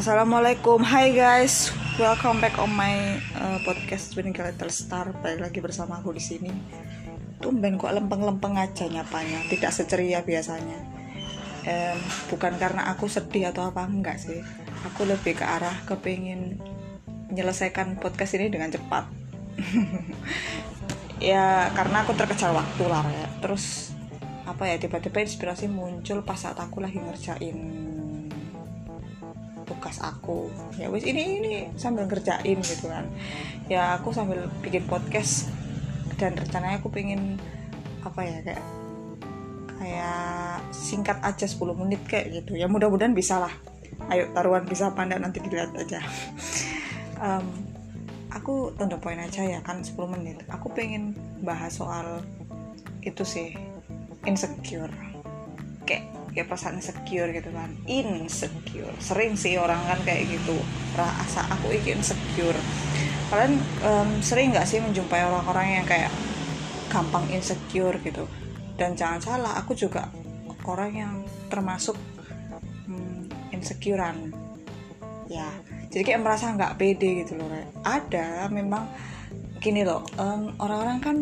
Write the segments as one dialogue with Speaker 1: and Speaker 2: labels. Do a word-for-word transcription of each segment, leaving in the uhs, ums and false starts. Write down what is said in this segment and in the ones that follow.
Speaker 1: Assalamualaikum, hai guys, welcome back on my uh, podcast Twinkle Little Star. Balik lagi bersama aku di sini. Tumben kok lempeng-lempeng aja nyapanya, tidak seceria biasanya. Um, bukan karena aku sedih atau apa, enggak sih. Aku lebih ke arah kepingin menyelesaikan podcast ini dengan cepat. Ya karena aku terkejar waktu lah ya. Terus apa ya, tiba-tiba inspirasi muncul pas saat aku lagi ngerjain tugas aku. Ya wis ini ini sambil ngerjain gitu kan. Ya aku sambil bikin podcast dan rencananya aku pengen apa ya kayak kayak singkat aja sepuluh menit kayak gitu. Ya mudah-mudahan bisa lah. Ayo taruhan bisa apa enggak nanti dilihat aja. um, aku to the point aja ya kan, sepuluh menit. Aku pengen bahas soal itu sih, insecure. Kayak kayak perasaan insecure gitu kan. Insecure sering sih orang kan kayak gitu, rasa aku iki insecure. Kalian um, sering gak sih menjumpai orang-orang yang kayak gampang insecure gitu? Dan jangan salah, aku juga orang yang termasuk um, insecurean ya. Jadi kayak merasa gak pede gitu loh. Ada memang gini loh, um, orang-orang kan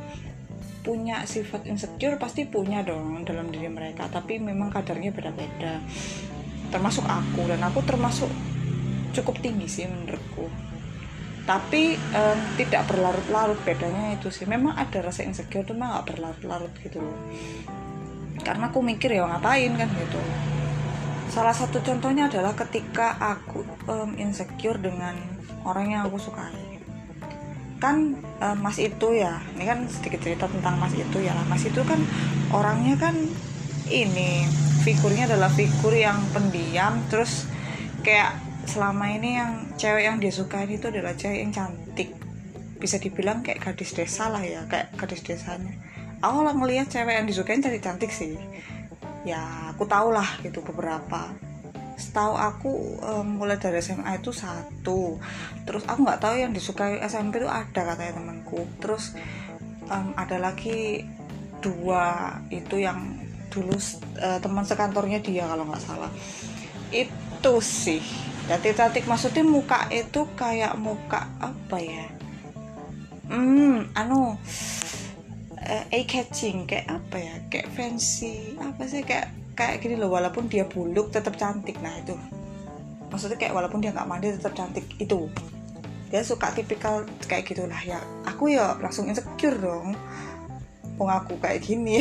Speaker 1: punya sifat insecure, pasti punya dong dalam diri mereka, tapi memang kadarnya beda-beda, termasuk aku. Dan aku termasuk cukup tinggi sih menurutku, tapi um, tidak berlarut-larut. Bedanya itu sih, memang ada rasa insecure tuh memang gak berlarut-larut gitu loh, karena aku mikir ya ngapain kan gitu. Salah satu contohnya adalah ketika aku um, insecure dengan orang yang aku sukai. Kan uh, Mas itu ya, ini kan sedikit cerita tentang Mas itu ya. Mas itu kan orangnya kan ini, figurnya adalah figur yang pendiam. Terus kayak selama ini yang cewek yang dia sukain itu adalah cewek yang cantik, bisa dibilang kayak gadis desa lah ya, kayak gadis desanya. Aku lah ngelihat cewek yang disukain cantik-cantik sih. Ya aku tahu lah gitu beberapa. Setahu aku um, mulai dari S M A itu satu. Terus aku nggak tahu yang disukai S M P itu ada katanya temanku. Terus um, ada lagi dua itu yang dulu uh, teman sekantornya dia kalau nggak salah. Itu sih cantik-cantik, maksudnya muka itu kayak muka apa ya? Hmm, anu uh, eye catching, kayak apa ya? Kayak fancy apa sih, kayak kayak gini loh, walaupun dia buluk tetap cantik. Nah itu maksudnya, kayak walaupun dia nggak mandi tetap cantik. Itu dia suka tipikal kayak gitulah ya. Aku ya langsung insecure dong, wong aku kayak gini.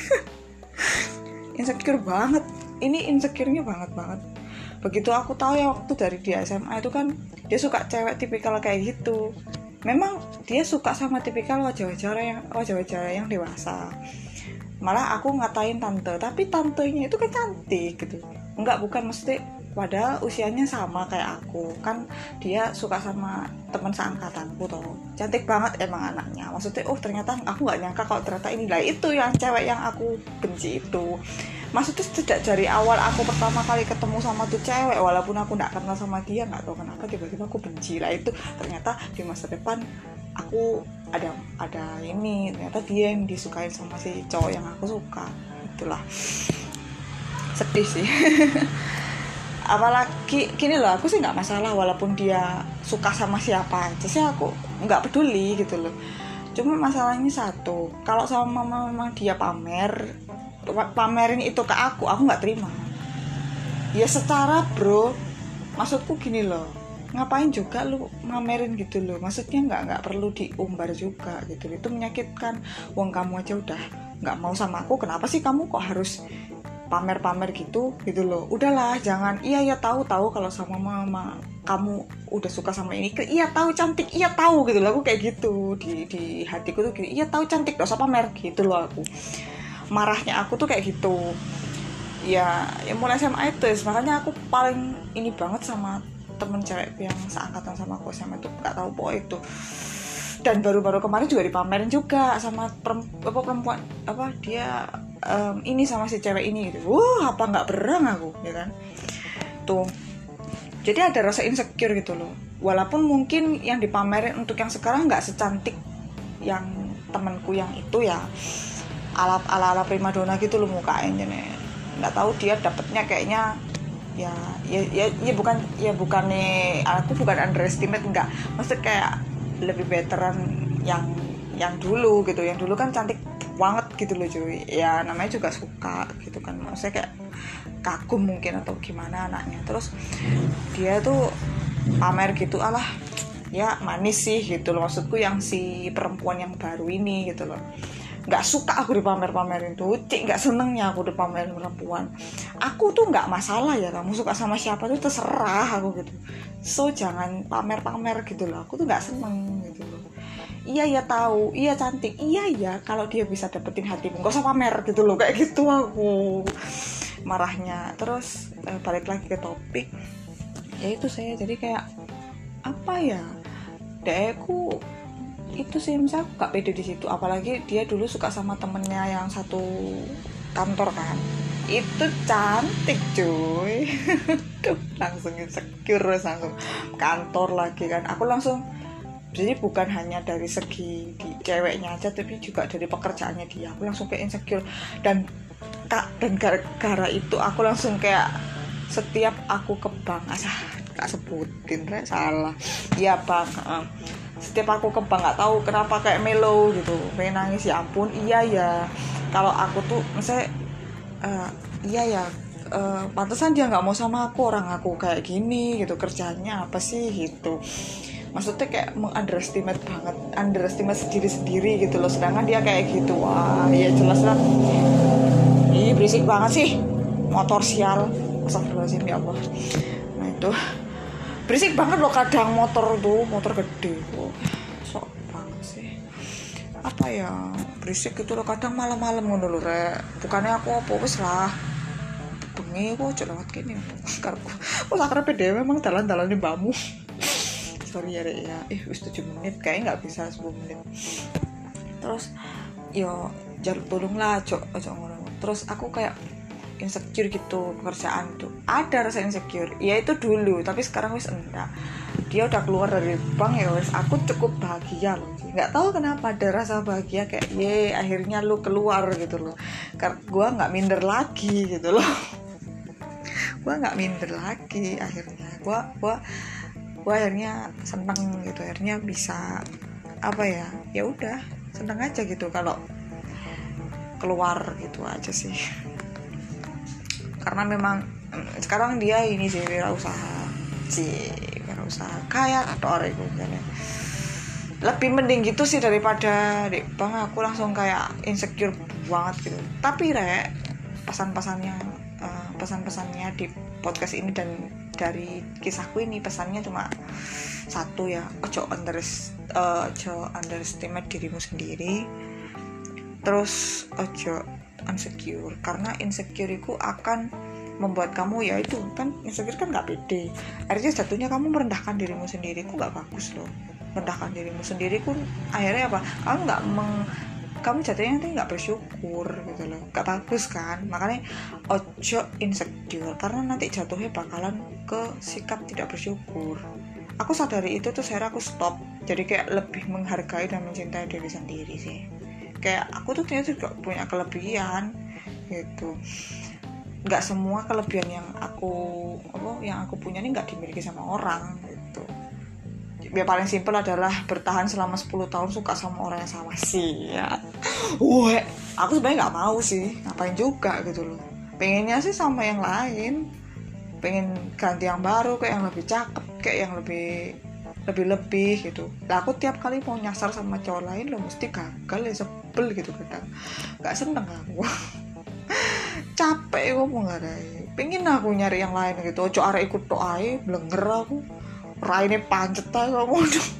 Speaker 1: Insecure banget, ini insecure-nya banget banget. Begitu aku tahu ya waktu dari dia S M A itu kan dia suka cewek tipikal kayak gitu. Memang dia suka sama tipikal wajah-wajah yang wajah-wajah yang dewasa. Malah aku ngatain tante, tapi tantenya itu kan cantik gitu. Enggak, bukan mesti, padahal usianya sama kayak aku. Kan dia suka sama teman seangkatanku toh. Cantik banget emang anaknya. Maksudnya oh ternyata aku enggak nyangka kalau ternyata inilah itu yang cewek yang aku benci itu. Maksudnya sejak dari awal aku pertama kali ketemu sama tuh cewek, walaupun aku enggak kenal sama dia, enggak tahu kenapa tiba-tiba aku benci lah itu. Ternyata di masa depan aku ada ada ini, ternyata dia yang disukain sama si cowok yang aku suka. Itulah sedih sih. Apalagi gini loh, aku sih nggak masalah walaupun dia suka sama siapa aja sih, aku nggak peduli gitu loh. Cuma masalahnya satu, kalau sama mama memang dia pamer pamerin itu ke aku aku nggak terima ya. Secara bro, maksudku gini loh, ngapain juga lu ngamerin gitu loh, maksudnya nggak nggak perlu diumbar juga gitu. Itu menyakitkan. Wong kamu aja udah nggak mau sama aku, kenapa sih kamu kok harus pamer-pamer gitu gitu loh. Udahlah jangan. Iya ya tahu tahu kalau sama mama kamu udah suka sama ini, iya tahu cantik, iya tahu gitu loh. Aku kayak gitu di di hatiku tuh gitu, iya tahu cantik, gak usah pamer gitu loh. Aku marahnya aku tuh kayak gitu ya. Ya mulai S M A itu, makanya aku paling ini banget sama temen cewek yang seangkatan sama aku S M A itu, nggak tahu pokok itu. Dan baru-baru kemarin juga dipamerin juga sama perempuan apa, perempuan, apa dia um, ini sama si cewek ini gitu. Wah apa nggak berang aku ya kan tuh. Jadi ada rasa insecure gitu loh, walaupun mungkin yang dipamerin untuk yang sekarang nggak secantik yang temanku yang itu ya, ala ala, ala primadona gitu loh mukanya nih. Nggak tahu dia dapetnya kayaknya ya ya ya, ya bukan ya bukannya aku bukan underestimate, enggak, maksudnya kayak lebih betteran yang yang dulu gitu. Yang dulu kan cantik banget gitu loh cuy, ya namanya juga suka gitu kan, maksudnya kayak kagum mungkin atau gimana anaknya. Terus dia tuh pamer gitu, alah ya manis sih gitu loh, maksudku yang si perempuan yang baru ini gitu loh. Nggak suka aku dipamer-pamerin tuh, cik nggak senengnya aku dipamerin perempuan. Aku tuh nggak masalah ya kamu suka sama siapa tuh terserah aku gitu, so jangan pamer-pamer gitu loh, aku tuh nggak seneng gitu loh. Iya ya tahu, iya cantik, iya ya kalau dia bisa dapetin hatimu, nggak usah pamer gitu loh, kayak gitu aku marahnya. Terus eh, balik lagi ke topik, ya itu saya jadi kayak apa ya, deku itu sih misalnya aku gak pede di situ, apalagi dia dulu suka sama temennya yang satu kantor kan, itu cantik cuy. Tuh langsung insecure, langsung kantor lagi kan, aku langsung, jadi bukan hanya dari segi di ceweknya aja tapi juga dari pekerjaannya dia, aku langsung kayak insecure. Dan kak dan gara-gara itu aku langsung kayak setiap aku ke bank, asah gak sebutin re, salah ya bang, uh, setiap aku ke bank nggak tahu kenapa kayak melo gitu, pengen nangis, ya ampun. Iya ya kalau aku tuh misalnya uh, iya ya uh, pantesan dia nggak mau sama aku, orang aku kayak gini gitu, kerjanya apa sih gitu. Maksudnya kayak meng-underestimate banget, underestimate sendiri-sendiri gitu loh, sedangkan dia kayak gitu. Wah ya jelas lah, ih berisik banget sih motor sial, astagfirullahaladzim ya Allah. Nah itu berisik banget loh kadang motor tuh, motor gede tuh, sok banget sih. Apa ya berisik gitu loh kadang malam-malam ngono lho rek. Bukannya aku apa wis lah bengi aku aja lewat kene karepku. Wes akrep dhewe memang dalan-dalane mbakmu. Sorry ya rek ya. Eh wis tujuh menit kayaknya enggak bisa sepuluh menit. Terus yo jaluk tolong lah aja aja ngono. Terus aku kayak insecure gitu, pekerjaan tuh ada rasa insecure, ya itu dulu, tapi sekarang wis enggak. Dia udah keluar dari bank ya wis, aku cukup bahagia loh, nggak tahu kenapa ada rasa bahagia kayak ye akhirnya lu keluar gitu loh, karena gue nggak minder lagi gitu loh. Gue nggak minder lagi akhirnya, gue gue gue akhirnya seneng gitu, akhirnya bisa apa ya, ya udah seneng aja gitu kalau keluar gitu aja sih. Karena memang sekarang dia ini sih wirausaha sih, wirausaha kayak atau orang itu kan ya. Lebih mending gitu sih daripada di bank aku langsung kayak insecure banget gitu. Tapi rek pesan-pesannya uh, pesan-pesannya di podcast ini dan dari kisahku ini, pesannya cuma satu ya, ojo underest, uh, ojo underestimate dirimu sendiri. Terus ojo insecure, karena insecure itu akan membuat kamu ya itu kan, insecure kan nggak pede, akhirnya jatuhnya kamu merendahkan dirimu sendiri, itu nggak bagus loh. Merendahkan dirimu sendiri pun akhirnya apa, kamu nggak meng kamu jatuhnya nanti nggak bersyukur gitu loh, nggak bagus kan. Makanya ojo insecure, karena nanti jatuhnya bakalan ke sikap tidak bersyukur. Aku sadari itu tuh saya aku stop, jadi kayak lebih menghargai dan mencintai diri sendiri sih. Kayak aku tuh ternyata juga punya kelebihan gitu, nggak semua kelebihan yang aku apa yang aku punya ini nggak dimiliki sama orang gitu. Ya paling simpel adalah bertahan selama sepuluh tahun suka sama orang yang sama sih ya. Wah, aku sebenarnya nggak mau sih, ngapain juga gitu loh. Pengennya sih sama yang lain, pengen ganti yang baru, kayak yang lebih cakep, kayak yang lebih lebih-lebih gitu. Lah aku tiap kali mau nyasar sama cowok lain lo mesti gagal ya, sebel gitu kadang. Gak seneng aku. Capek aku mau ngarai. Pengen aku nyari yang lain gitu. Ojo arek ikut tok ae, blenger aku. Raine pancet ae kamu.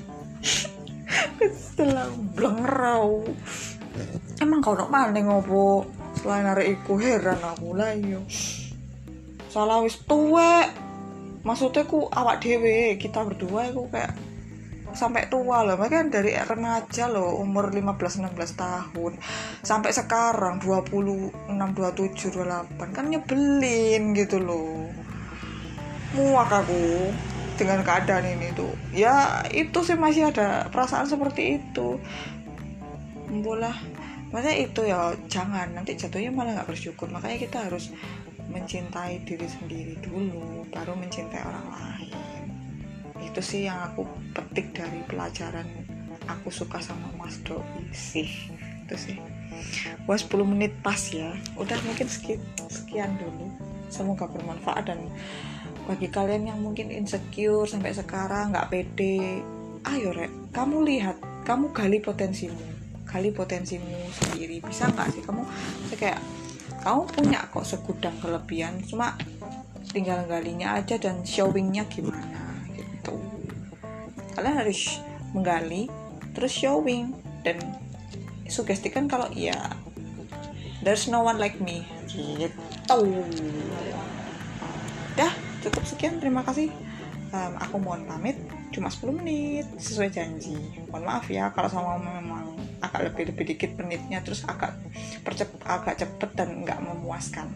Speaker 1: Kesel aku, blenger aku. Emang kau nok maning ngopo? Selain arek iku heran aku lah yo. Salah wis tuwek. Maksudnya ku awak dewe, kita berdua aku kayak sampai tua loh, makanya dari remaja loh, umur lima belas enam belas tahun sampai sekarang dua puluh enam, dua puluh tujuh, dua puluh delapan, kan nyebelin gitu loh. Muak aku dengan keadaan ini tuh. Ya itu sih masih ada perasaan seperti itu. Bolah Maksudnya itu ya jangan, nanti jatuhnya malah gak bersyukur. Makanya kita harus mencintai diri sendiri dulu, baru mencintai orang lain. Itu sih yang aku petik dari pelajaran aku suka sama Mas Doi sih. Itu sih. Wah, sepuluh menit pas ya. Udah mungkin sekian, sekian dulu. Semoga bermanfaat, dan bagi kalian yang mungkin insecure sampai sekarang gak pede, ayo Rek, kamu lihat, kamu gali potensimu, gali potensimu sendiri. Bisa nggak sih kamu kayak kamu punya kok segudang kelebihan, cuma tinggal galinya aja dan showingnya gimana gitu. Kalian harus menggali terus showing dan sugestikan kalau ya there's no one like me gitu. Dah cukup sekian, terima kasih. Um, aku mohon pamit, cuma sepuluh menit sesuai janji. Mohon maaf ya kalau sama memang agak lebih-lebih dikit menitnya, terus agak percep- agak cepet dan nggak memuaskan.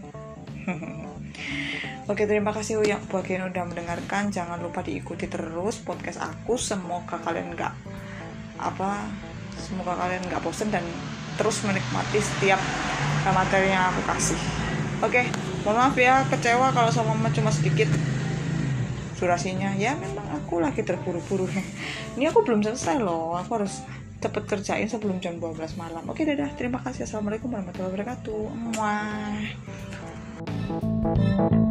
Speaker 1: Oke, terima kasih yang buat yang udah mendengarkan. Jangan lupa diikuti terus podcast aku. Semoga kalian nggak apa, semoga kalian nggak bosen dan terus menikmati setiap materi yang aku kasih. Oke, mohon maaf ya kecewa kalau sama cuma sedikit durasinya. Ya memang aku lagi terburu-buru. Ini aku belum selesai loh, aku harus cepet kerjain sebelum jam dua belas malam. Oke, dadah, terima kasih. Assalamualaikum warahmatullahi wabarakatuh. Muah.